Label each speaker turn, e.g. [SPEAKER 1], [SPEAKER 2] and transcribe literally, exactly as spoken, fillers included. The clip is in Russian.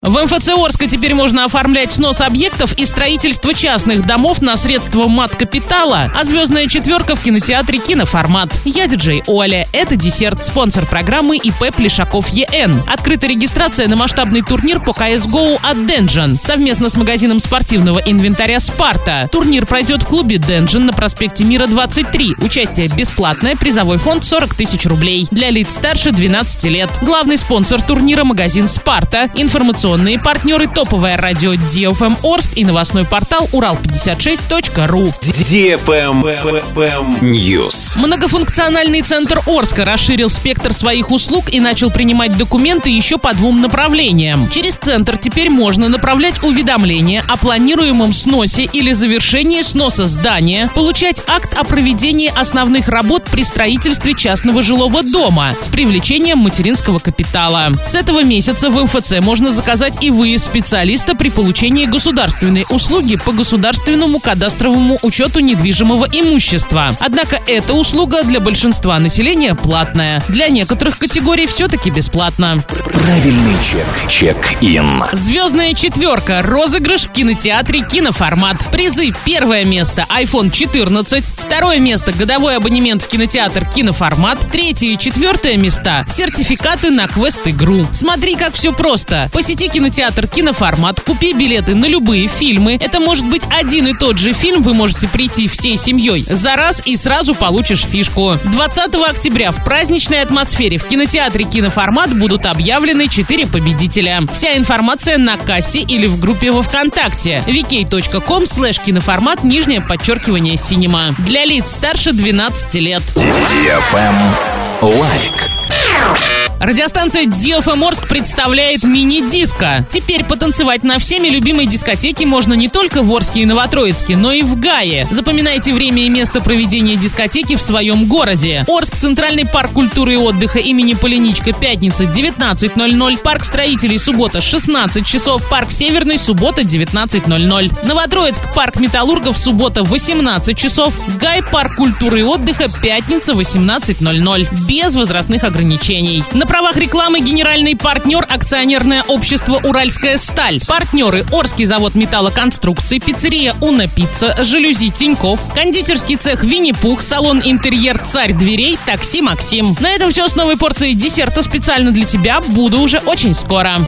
[SPEAKER 1] В эм эф цэ Орска теперь можно оформлять снос объектов и строительство частных домов на средства мат-капитала, а «Звездная четверка» в кинотеатре «Киноформат». Я диджей Оля. Это десерт. Спонсор программы и пэ Плешаков е эн. Открыта регистрация на масштабный турнир по ка эс гоу от Денджен совместно с магазином спортивного инвентаря «Спарта». Турнир пройдет в клубе Денджен на проспекте Мира, двадцать три. Участие бесплатное, призовой фонд сорок тысяч рублей. Для лиц старше двенадцати лет. Главный спонсор турнира — магазин «Спарта». Информационные партнеры — топовое радио ди эф эм Орск и новостной портал урал пятьдесят шесть точка ру.
[SPEAKER 2] ди эф эм News.
[SPEAKER 1] Многофункциональный центр Орска расширил спектр своих услуг и начал принимать документы еще по двум направлениям. Через центр теперь можно направлять уведомления о планируемом сносе или завершении сноса здания, получать акт о проведении основных работ при строительстве частного жилого дома с привлечением материнского капитала. С этого месяца в эм эф цэ можно заказать и выезд специалиста при получении государственной услуги по государственному кадастровому учету недвижимого имущества. Однако эта услуга для большинства населения платная. Для некоторых категорий все-таки бесплатно.
[SPEAKER 2] Правильный чек. Чек-ин.
[SPEAKER 1] «Звездная четверка». Розыгрыш в кинотеатре «Киноформат». Призы: первое место — айфон четырнадцать, второе место — годовой абонемент в кинотеатр «Киноформат», третье и четвертое места — сертификаты на квест-игру. Смотри, как все просто. Посети кинотеатр «Киноформат», купи билеты на любые фильмы. Это может быть один и тот же фильм, вы можете прийти всей семьей за раз и сразу получишь фишку. двадцатого октября в праздничной атмосфере в кинотеатре «Киноформат» будут объявлены четыре победителя. Вся информация на кассе или в группе во ВКонтакте ви кей точка ком слэш киноформат нижнее подчеркивание синема. Для лиц старше двенадцати лет.
[SPEAKER 2] ди эф эм Лайк.
[SPEAKER 1] Радиостанция ди эф эм Орск представляет мини-диско. Теперь потанцевать на всеми любимой дискотеке можно не только в Орске и Новотроицке, но и в Гае. Запоминайте время и место проведения дискотеки в своем городе. Орск — Центральный парк культуры и отдыха имени Полиничка, пятница, девятнадцать ноль ноль. Парк строителей, суббота, шестнадцать часов. Парк Северный, суббота, девятнадцать ноль ноль. Новотроицк, парк металлургов, суббота, восемнадцать часов. Гай, парк культуры и отдыха, пятница, восемнадцать ноль ноль. Без возрастных ограничений. На правах рекламы генеральный партнер — акционерное общество «Уральская сталь». Партнеры: Орский завод металлоконструкций, пиццерия «Уна Пицца», жалюзи «Тинькофф», кондитерский цех «Винни-Пух», салон «Интерьер Царь дверей», такси «Максим». На этом все с новой порцией десерта специально для тебя. Буду уже очень скоро.